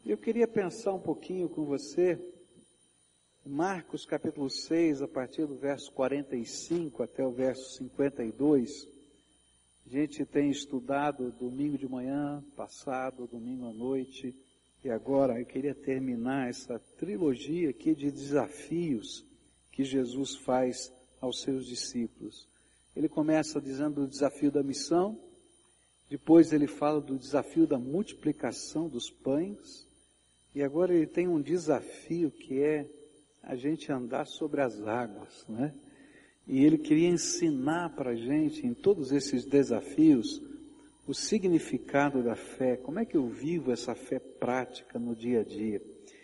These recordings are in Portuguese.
Eu queria pensar um pouquinho com você, Marcos capítulo 6, a partir do verso 45 até o verso 52. A gente tem estudado domingo de manhã, passado, domingo à noite, e agora eu queria terminar essa trilogia aqui de desafios que Jesus faz aos seus discípulos. Ele começa dizendo do desafio da missão, depois ele fala do desafio da multiplicação dos pães, e agora ele tem um desafio que é a gente andar sobre as águas, né? E ele queria ensinar para a gente, em todos esses desafios, o significado da fé. Como é que eu vivo essa fé prática no dia a dia?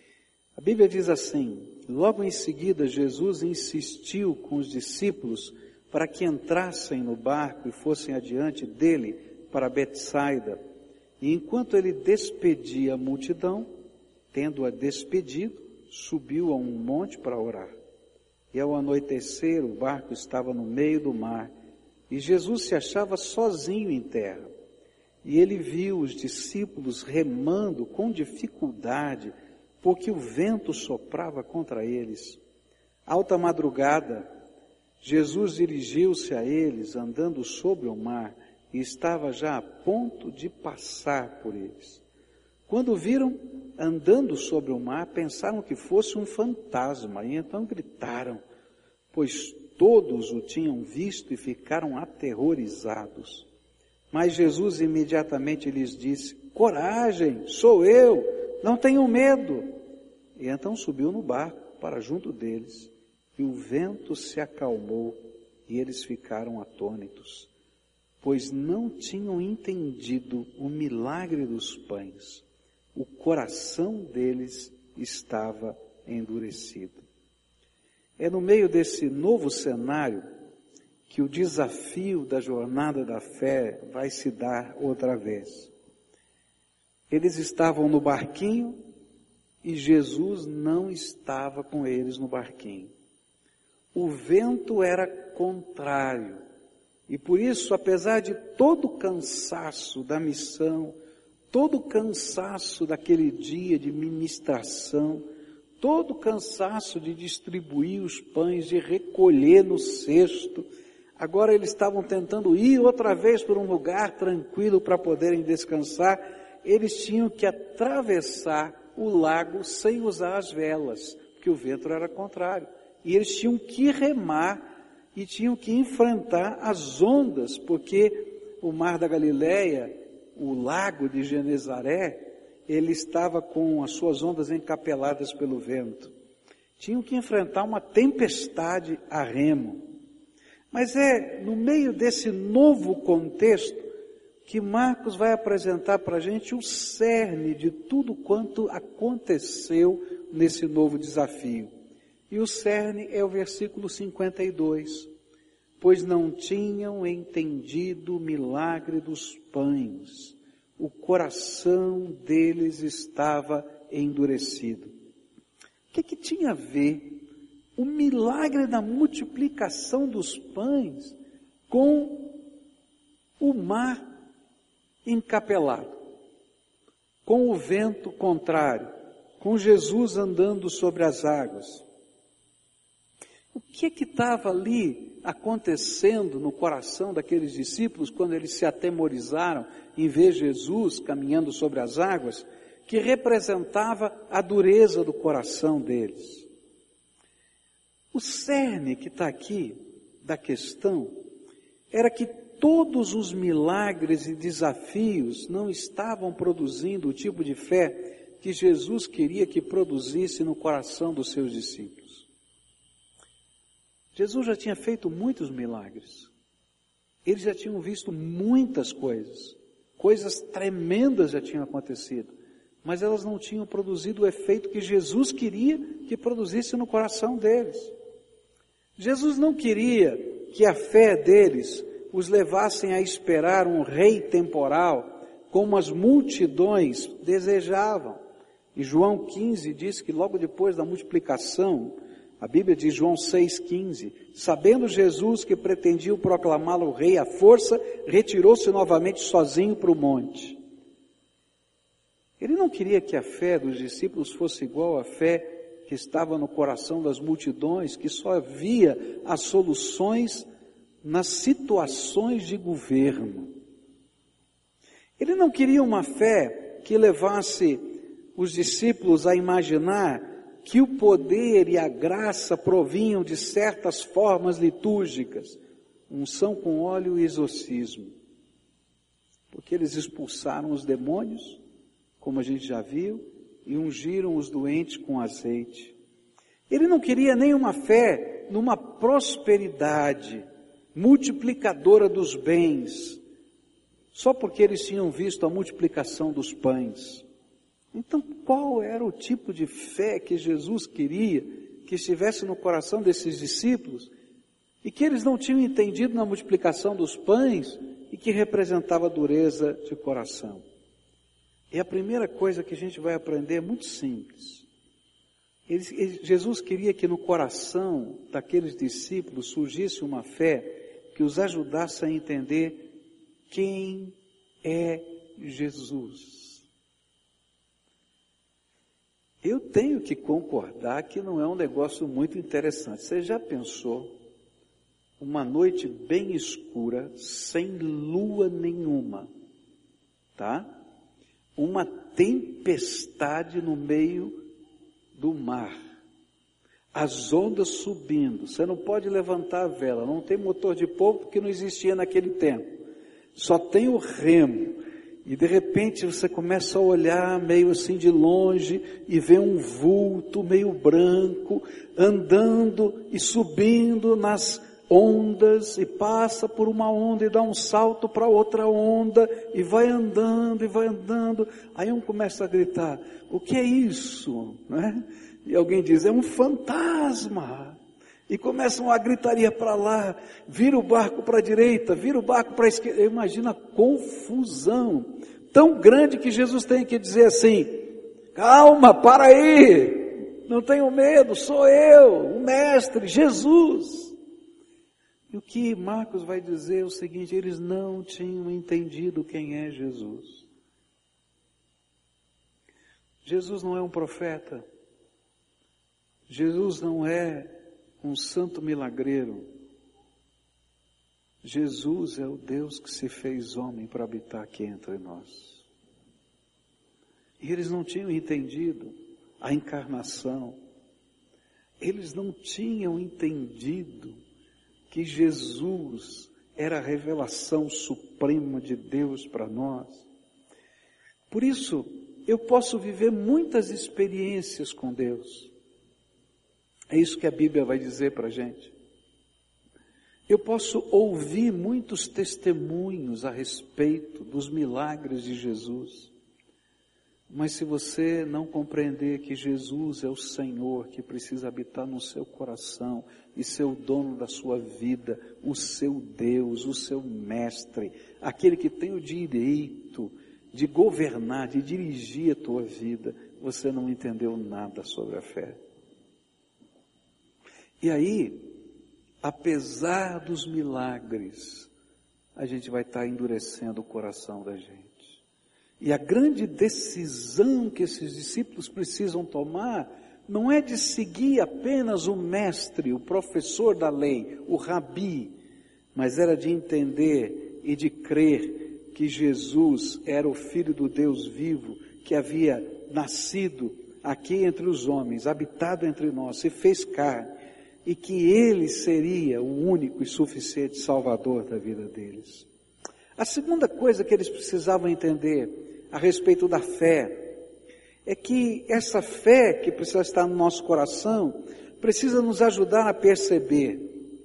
A Bíblia diz assim: logo em seguida Jesus insistiu com os discípulos para que entrassem no barco e fossem adiante dele para Betsaida. E enquanto ele despedia a multidão, tendo-a despedido, subiu a um monte para orar. E ao anoitecer, o barco estava no meio do mar, e Jesus se achava sozinho em terra. E ele viu os discípulos remando com dificuldade, porque o vento soprava contra eles. Alta madrugada, Jesus dirigiu-se a eles, andando sobre o mar, e estava já a ponto de passar por eles. Quando viram andando sobre o mar, pensaram que fosse um fantasma, e então gritaram, pois todos o tinham visto e ficaram aterrorizados. Mas Jesus imediatamente lhes disse: coragem, sou eu, não tenham medo. E então subiu no barco para junto deles, e o vento se acalmou, e eles ficaram atônitos, pois não tinham entendido o milagre dos pães. O coração deles estava endurecido. É no meio desse novo cenário que o desafio da jornada da fé vai se dar outra vez. Eles estavam no barquinho e Jesus não estava com eles no barquinho. O vento era contrário e por isso, apesar de todo o cansaço da missão, todo o cansaço daquele dia de ministração, todo o cansaço de distribuir os pães, de recolher no cesto, agora eles estavam tentando ir outra vez para um lugar tranquilo para poderem descansar. Eles tinham que atravessar o lago sem usar as velas, porque o vento era contrário. E eles tinham que remar e tinham que enfrentar as ondas, porque o mar da Galileia, o lago de Genezaré, ele estava com as suas ondas encapeladas pelo vento. Tinham que enfrentar uma tempestade a remo. Mas é no meio desse novo contexto que Marcos vai apresentar para a gente o cerne de tudo quanto aconteceu nesse novo desafio. E o cerne é o versículo 52. Pois não tinham entendido o milagre dos pães. O coração deles estava endurecido. O que tinha a ver o milagre da multiplicação dos pães com o mar encapelado, com o vento contrário, com Jesus andando sobre as águas? O que estava ali acontecendo no coração daqueles discípulos quando eles se atemorizaram em ver Jesus caminhando sobre as águas, que representava a dureza do coração deles? O cerne que está aqui da questão era que todos os milagres e desafios não estavam produzindo o tipo de fé que Jesus queria que produzisse no coração dos seus discípulos. Jesus já tinha feito muitos milagres. Eles já tinham visto muitas coisas. Coisas tremendas já tinham acontecido. Mas elas não tinham produzido o efeito que Jesus queria que produzisse no coração deles. Jesus não queria que a fé deles os levassem a esperar um rei temporal, como as multidões desejavam. E João 15 diz que logo depois da multiplicação, a Bíblia diz, João 6,15, sabendo Jesus que pretendiam proclamá-lo rei à força, retirou-se novamente sozinho para o monte. Ele não queria que a fé dos discípulos fosse igual à fé que estava no coração das multidões, que só via as soluções nas situações de governo. Ele não queria uma fé que levasse os discípulos a imaginar que o poder e a graça provinham de certas formas litúrgicas, unção com óleo e exorcismo. Porque eles expulsaram os demônios, como a gente já viu, e ungiram os doentes com azeite. Ele não queria nenhuma fé numa prosperidade multiplicadora dos bens, só porque eles tinham visto a multiplicação dos pães. Então, qual era o tipo de fé que Jesus queria que estivesse no coração desses discípulos e que eles não tinham entendido na multiplicação dos pães e que representava dureza de coração? E a primeira coisa que a gente vai aprender é muito simples. Jesus queria que no coração daqueles discípulos surgisse uma fé que os ajudasse a entender quem é Jesus. Eu tenho que concordar que não é um negócio muito interessante. Você já pensou uma noite bem escura, sem lua nenhuma, tá? Uma tempestade no meio do mar, as ondas subindo, você não pode levantar a vela, não tem motor de polvo porque não existia naquele tempo, só tem o remo, e de repente você começa a olhar meio assim de longe e vê um vulto meio branco andando e subindo nas ondas, e passa por uma onda e dá um salto para outra onda e vai andando, aí um começa a gritar: o que é isso? Né? E alguém diz: é um fantasma. E começam a gritaria para lá, vira o barco para a direita, vira o barco para a esquerda. Imagina a confusão tão grande que Jesus tem que dizer assim: calma, para aí, não tenho medo, sou eu, o mestre, Jesus. E o que Marcos vai dizer é o seguinte: eles não tinham entendido quem é Jesus. Jesus não é um profeta, Jesus não é um santo milagreiro, Jesus é o Deus que se fez homem para habitar aqui entre nós. E eles não tinham entendido a encarnação, eles não tinham entendido que Jesus era a revelação suprema de Deus para nós. Por isso, eu posso viver muitas experiências com Deus. É isso que a Bíblia vai dizer para a gente. Eu posso ouvir muitos testemunhos a respeito dos milagres de Jesus. Mas se você não compreender que Jesus é o Senhor que precisa habitar no seu coração e ser o dono da sua vida, o seu Deus, o seu mestre, aquele que tem o direito de governar, de dirigir a tua vida, você não entendeu nada sobre a fé. E aí, apesar dos milagres, a gente vai estar endurecendo o coração da gente. E a grande decisão que esses discípulos precisam tomar não é de seguir apenas o mestre, o professor da lei, o rabi, mas era de entender e de crer que Jesus era o Filho do Deus vivo, que havia nascido aqui entre os homens, habitado entre nós, se fez carne, e que Ele seria o único e suficiente Salvador da vida deles. A segunda coisa que eles precisavam entender a respeito da fé é que essa fé que precisa estar no nosso coração precisa nos ajudar a perceber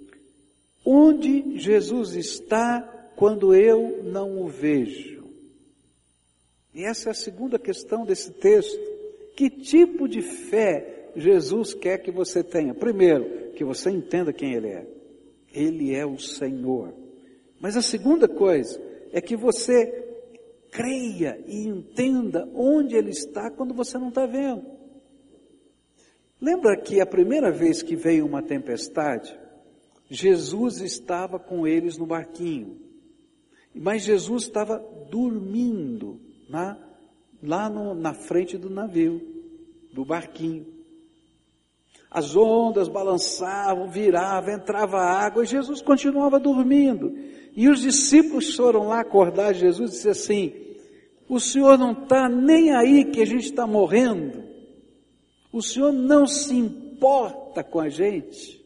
onde Jesus está quando eu não o vejo. E essa é a segunda questão desse texto. Que tipo de fé Jesus quer que você tenha? Primeiro, que você entenda quem Ele é. Ele é o Senhor. Mas a segunda coisa é que você creia e entenda onde Ele está quando você não está vendo. Lembra que a primeira vez que veio uma tempestade, Jesus estava com eles no barquinho. Mas Jesus estava dormindo lá na frente do navio, do barquinho. As ondas balançavam, viravam, entrava água, e Jesus continuava dormindo. E os discípulos foram lá acordar Jesus e disseram assim: o Senhor não está nem aí que a gente está morrendo? O Senhor não se importa com a gente?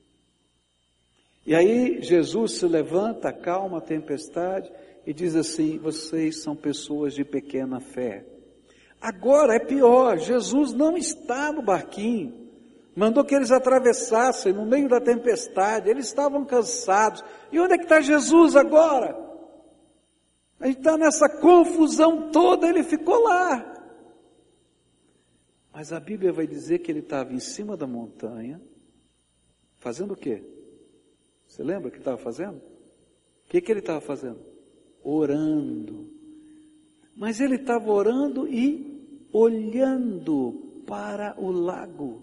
E aí Jesus se levanta, acalma a tempestade e diz assim: vocês são pessoas de pequena fé. Agora é pior, Jesus não está no barquinho, mandou que eles atravessassem no meio da tempestade, eles estavam cansados. E onde é que está Jesus agora? A gente está nessa confusão toda, ele ficou lá. Mas a Bíblia vai dizer que ele estava em cima da montanha, fazendo o quê? Você lembra o que estava fazendo? O que ele estava fazendo? Orando. Mas ele estava orando e olhando para o lago.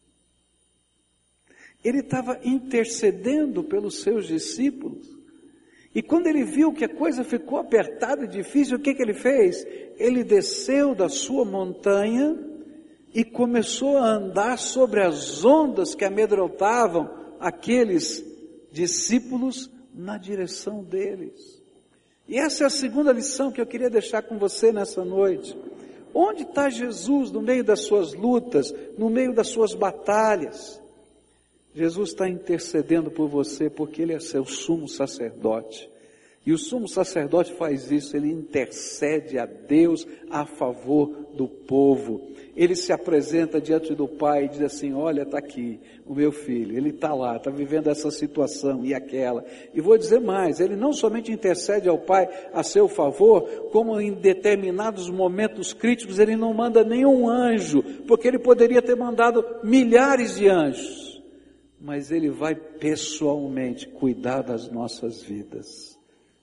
Ele estava intercedendo pelos seus discípulos. E quando ele viu que a coisa ficou apertada e difícil, o que ele fez? Ele desceu da sua montanha e começou a andar sobre as ondas que amedrontavam aqueles discípulos na direção deles. E essa é a segunda lição que eu queria deixar com você nessa noite. Onde está Jesus no meio das suas lutas, no meio das suas batalhas? Jesus está intercedendo por você porque Ele é seu sumo sacerdote. E o sumo sacerdote faz isso, ele intercede a Deus a favor do povo. Ele se apresenta diante do Pai e diz assim: olha, está aqui o meu filho, ele está lá, está vivendo essa situação e aquela. E vou dizer mais, ele não somente intercede ao Pai a seu favor, como em determinados momentos críticos ele não manda nenhum anjo, porque ele poderia ter mandado milhares de anjos. Mas ele vai pessoalmente cuidar das nossas vidas.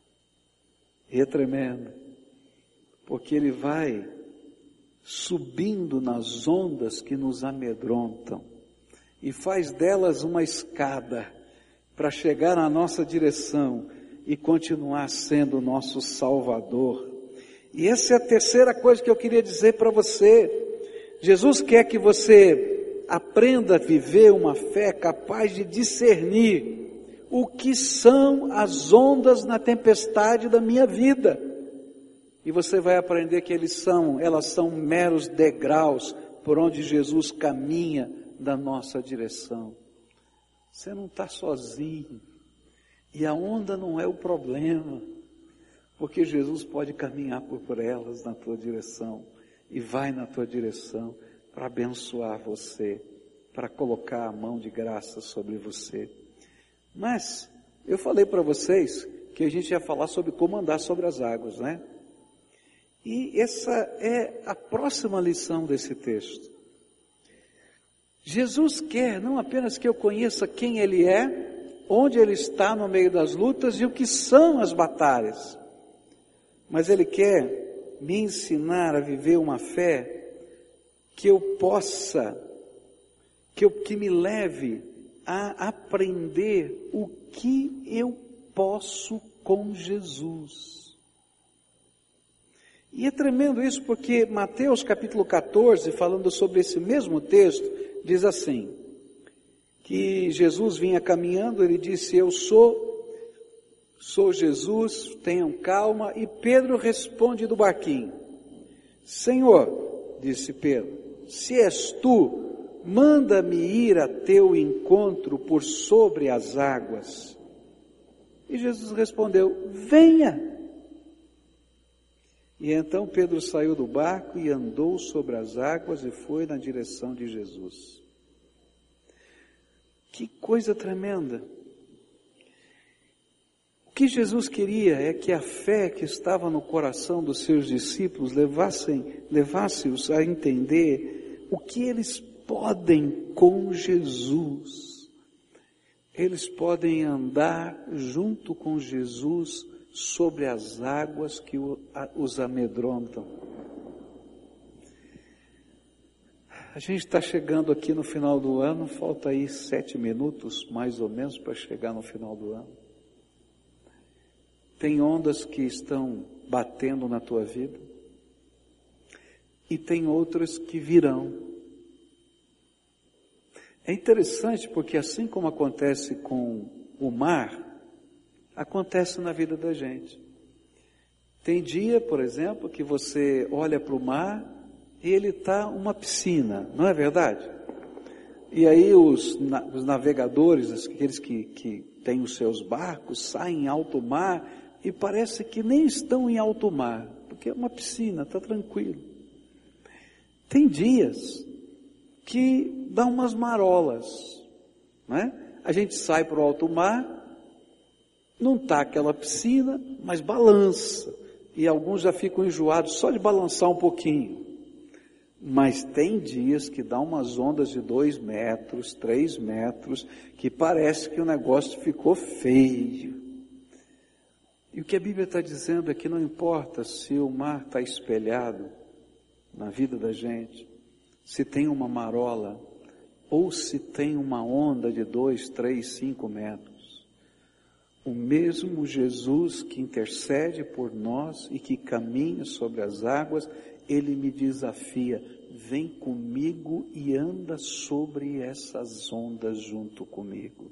E é tremendo, porque ele vai subindo nas ondas que nos amedrontam e faz delas uma escada para chegar na nossa direção e continuar sendo o nosso Salvador. E essa é a terceira coisa que eu queria dizer para você. Jesus quer que você aprenda a viver uma fé capaz de discernir o que são as ondas na tempestade da minha vida. E você vai aprender que elas são meros degraus por onde Jesus caminha da nossa direção. Você não está sozinho. E a onda não é o problema, porque Jesus pode caminhar por elas na tua direção. E vai na tua direção para abençoar você, para colocar a mão de graça sobre você. Mas eu falei para vocês que a gente ia falar sobre como andar sobre as águas, né? E essa é a próxima lição desse texto. Jesus quer não apenas que eu conheça quem Ele é, onde Ele está no meio das lutas e o que são as batalhas, mas Ele quer me ensinar a viver uma fé que eu possa, que me leve a aprender o que eu posso com Jesus. E é tremendo isso porque Mateus capítulo 14, falando sobre esse mesmo texto, diz assim, que Jesus vinha caminhando, ele disse: eu sou Jesus, tenham calma. E Pedro responde do barquinho: Senhor, disse Pedro, se és tu, manda-me ir a teu encontro por sobre as águas. E Jesus respondeu: venha. E então Pedro saiu do barco e andou sobre as águas e foi na direção de Jesus. Que coisa tremenda! O que Jesus queria é que a fé que estava no coração dos seus discípulos levasse-os a entender o que eles podem com Jesus. Eles podem andar junto com Jesus sobre as águas que os amedrontam. A gente está chegando aqui no final do ano, falta aí 7 minutos, mais ou menos, para chegar no final do ano. Tem ondas que estão batendo na tua vida. e tem outros que virão. É interessante porque assim como acontece com o mar, acontece na vida da gente. Tem dia, por exemplo, que você olha para o mar e ele está uma piscina, não é verdade? E aí os navegadores, aqueles que têm os seus barcos, saem em alto mar e parece que nem estão em alto mar, porque é uma piscina, está tranquilo. Tem dias que dá umas marolas, né? A gente sai para o alto mar, não está aquela piscina, mas balança. E alguns já ficam enjoados só de balançar um pouquinho. Mas tem dias que dá umas ondas de 2 metros, 3 metros, que parece que o negócio ficou feio. E o que a Bíblia está dizendo é que não importa se o mar está espelhado na vida da gente, se tem uma marola, ou se tem uma onda de 2, 3, 5 metros. O mesmo Jesus que intercede por nós e que caminha sobre as águas, Ele me desafia, vem comigo e anda sobre essas ondas junto comigo.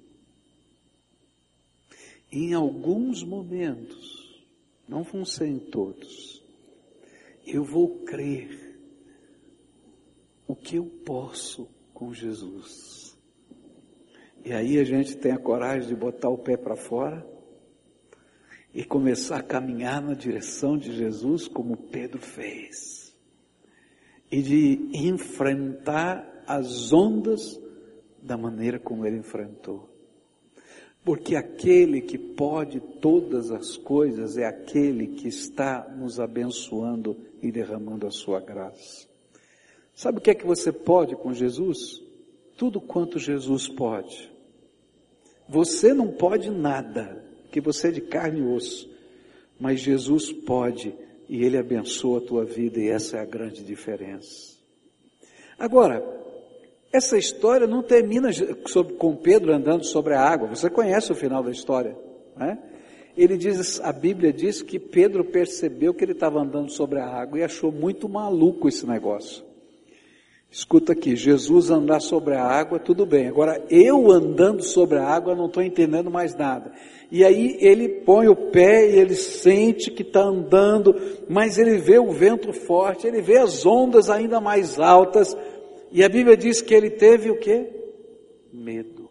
Em alguns momentos, não vão ser em todos, eu vou crer o que eu posso com Jesus. E aí a gente tem a coragem de botar o pé para fora e começar a caminhar na direção de Jesus, como Pedro fez. E de enfrentar as ondas da maneira como ele enfrentou. Porque aquele que pode todas as coisas é aquele que está nos abençoando e derramando a sua graça. Sabe o que é que você pode com Jesus? Tudo quanto Jesus pode. Você não pode nada, porque você é de carne e osso, mas Jesus pode, e Ele abençoa a tua vida, e essa é a grande diferença. Agora, essa história não termina com Pedro andando sobre a água. Você conhece o final da história, né? A Bíblia diz que Pedro percebeu que ele estava andando sobre a água e achou muito maluco esse negócio. Escuta aqui, Jesus andar sobre a água, tudo bem. Agora, eu andando sobre a água, não estou entendendo mais nada. E aí, ele põe o pé e ele sente que está andando, mas ele vê o vento forte, ele vê as ondas ainda mais altas. E a Bíblia diz que ele teve o quê? Medo.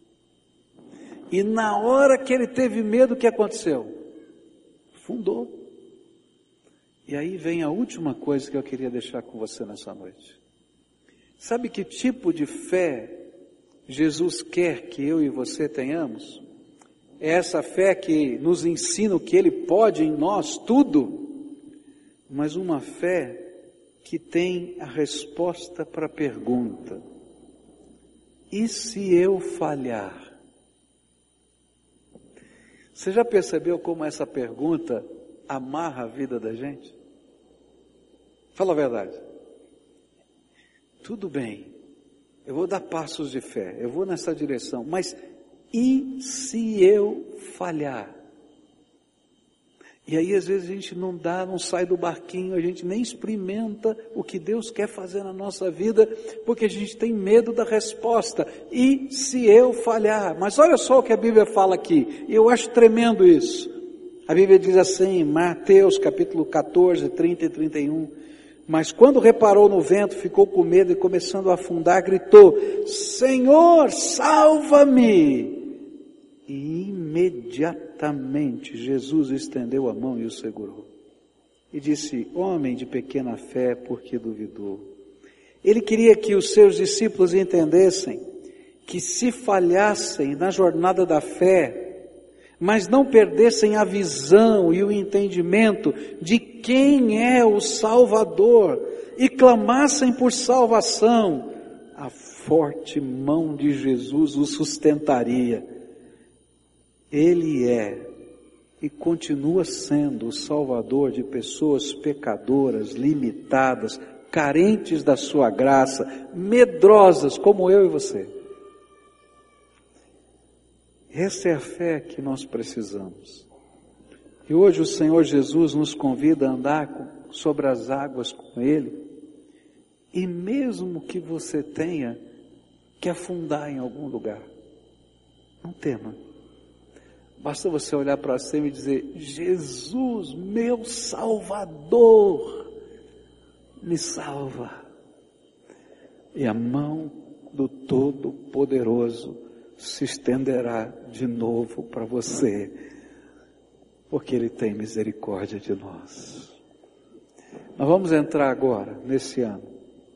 E na hora que ele teve medo, o que aconteceu? Afundou. E aí vem a última coisa que eu queria deixar com você nessa noite. Sabe que tipo de fé Jesus quer que eu e você tenhamos? É essa fé que nos ensina o que Ele pode em nós, tudo, mas uma fé que tem a resposta para a pergunta: e se eu falhar? Você já percebeu como essa pergunta amarra a vida da gente? Fala a verdade. Tudo bem, eu vou dar passos de fé, eu vou nessa direção, mas e se eu falhar? E aí às vezes a gente não sai do barquinho, a gente nem experimenta o que Deus quer fazer na nossa vida, porque a gente tem medo da resposta. E se eu falhar? Mas olha só o que a Bíblia fala aqui, e eu acho tremendo isso. A Bíblia diz assim, em Mateus capítulo 14, 30 e 31, mas quando reparou no vento, ficou com medo e começando a afundar, gritou: Senhor, salva-me! E imediatamente Jesus estendeu a mão e o segurou. E disse: homem de pequena fé, por que duvidou? Ele queria que os seus discípulos entendessem que se falhassem na jornada da fé, mas não perdessem a visão e o entendimento de quem é o Salvador e clamassem por salvação, a forte mão de Jesus o sustentaria. Ele é e continua sendo o Salvador de pessoas pecadoras, limitadas, carentes da sua graça, medrosas como eu e você. Essa é a fé que nós precisamos. E hoje o Senhor Jesus nos convida a andar sobre as águas com Ele, E mesmo que você tenha que afundar em algum lugar, não tema. Basta você olhar para cima e dizer: Jesus, meu Salvador, me salva. E a mão do Todo-Poderoso se estenderá de novo para você, porque Ele tem misericórdia de nós. Nós vamos entrar agora, nesse ano.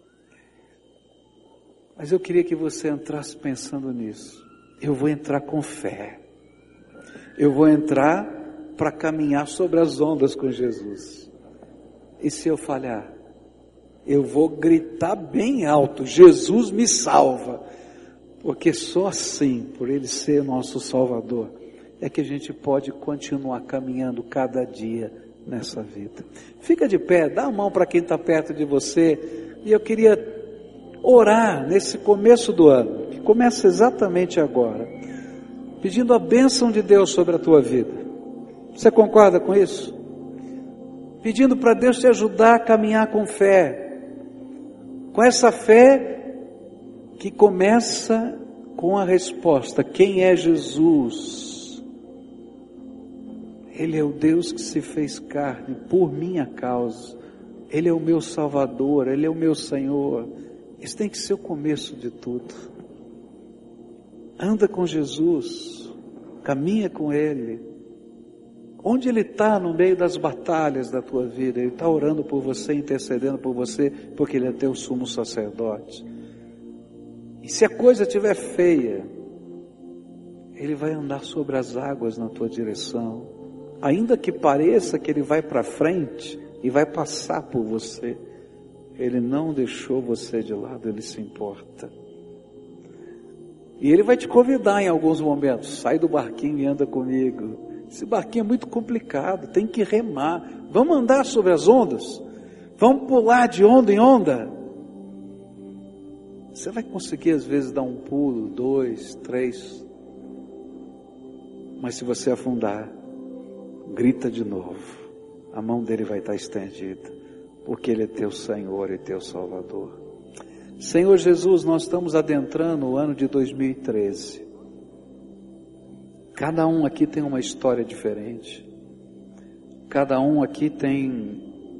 Mas eu queria que você entrasse pensando nisso. Eu vou entrar com fé. Eu vou entrar para caminhar sobre as ondas com Jesus. E se eu falhar, eu vou gritar bem alto: Jesus me salva. Porque só assim, por Ele ser nosso Salvador, é que a gente pode continuar caminhando cada dia nessa vida. Fica de pé, dá a mão para quem está perto de você. E eu queria orar nesse começo do ano, que começa exatamente agora, pedindo a bênção de Deus sobre a tua vida. Você concorda com isso? Pedindo para Deus te ajudar a caminhar com fé, com essa fé que começa com a resposta: quem é Jesus? Ele é o Deus que se fez carne por minha causa. Ele é o meu Salvador, Ele é o meu Senhor. Esse tem que ser o começo de tudo. Anda com Jesus, caminha com Ele. Onde Ele está no meio das batalhas da tua vida, Ele está orando por você, intercedendo por você, porque Ele é teu sumo sacerdote. E se a coisa estiver feia, Ele vai andar sobre as águas na tua direção. Ainda que pareça que Ele vai para frente e vai passar por você, Ele não deixou você de lado, Ele se importa. E Ele vai te convidar em alguns momentos: sai do barquinho e anda comigo. Esse barquinho é muito complicado, tem que remar. Vamos andar sobre as ondas? Vamos pular de onda em onda? Você vai conseguir às vezes dar um pulo, 2, 3. Mas se você afundar, grita de novo. A mão dele vai estar estendida, porque Ele é teu Senhor e teu Salvador. Senhor Jesus, nós estamos adentrando o ano de 2013. Cada um aqui tem uma história diferente. Cada um aqui tem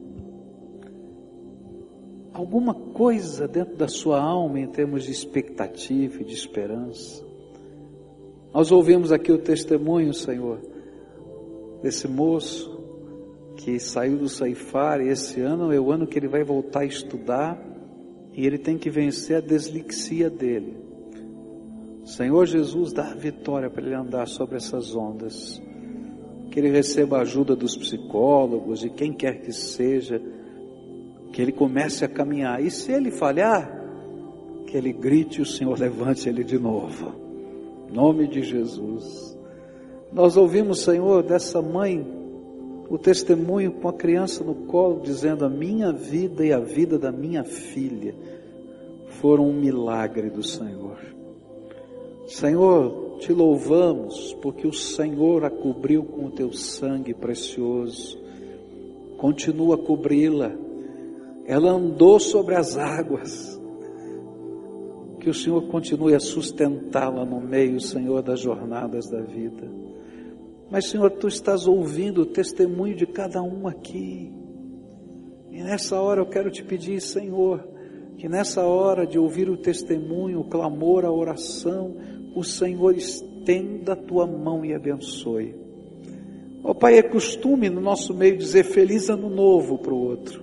alguma coisa dentro da sua alma em termos de expectativa e de esperança. Nós ouvimos aqui o testemunho, Senhor, desse moço que saiu do Ceifar, e esse ano é o ano que ele vai voltar a estudar, e ele tem que vencer a dislexia dele. Senhor Jesus, dá a vitória para ele andar sobre essas ondas, que ele receba a ajuda dos psicólogos, de quem quer que seja, que ele comece a caminhar, e se ele falhar, que ele grite e o Senhor levante ele de novo, em nome de Jesus. Nós ouvimos, Senhor, dessa mãe, o testemunho com a criança no colo, dizendo: a minha vida e a vida da minha filha foram um milagre do Senhor. Senhor, te louvamos, porque o Senhor a cobriu com o teu sangue precioso. Continua a cobri-la. Ela andou sobre as águas. Que o Senhor continue a sustentá-la no meio, Senhor, das jornadas da vida. Mas, Senhor, Tu estás ouvindo o testemunho de cada um aqui. E nessa hora eu quero te pedir, Senhor, que nessa hora de ouvir o testemunho, o clamor, a oração, o Senhor estenda a Tua mão e abençoe. Ó Pai, é costume no nosso meio dizer feliz ano novo para o outro.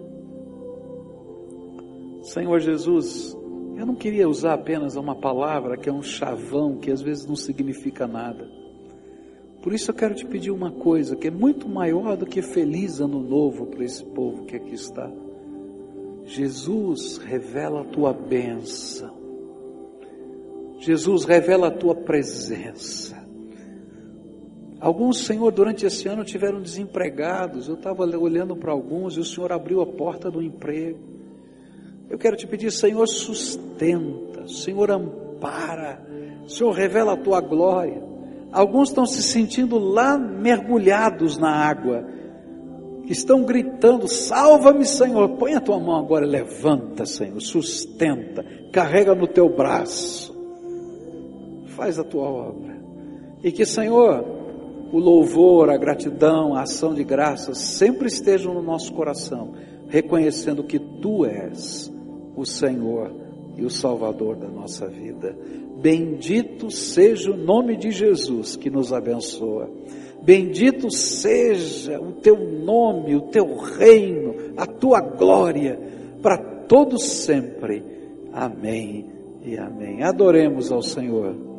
Senhor Jesus, eu não queria usar apenas uma palavra que é um chavão, que às vezes não significa nada. Por isso eu quero te pedir uma coisa que é muito maior do que feliz ano novo para esse povo que aqui está. Jesus, revela a Tua bênção. Jesus, revela a Tua presença. Alguns, Senhor, durante esse ano tiveram desempregados. Eu estava olhando para alguns e o Senhor abriu a porta do emprego. Eu quero te pedir, Senhor, sustenta, Senhor, ampara, Senhor, revela a Tua glória. Alguns estão se sentindo lá mergulhados na água, que estão gritando, salva-me, Senhor, põe a tua mão agora, levanta, Senhor, sustenta, carrega no teu braço, faz a tua obra, e que, Senhor, o louvor, a gratidão, a ação de graças sempre estejam no nosso coração, reconhecendo que Tu és o Senhor e o Salvador da nossa vida. Bendito seja o nome de Jesus que nos abençoa. Bendito seja o Teu nome, o Teu reino, a Tua glória, para todos sempre. Amém e amém. Adoremos ao Senhor.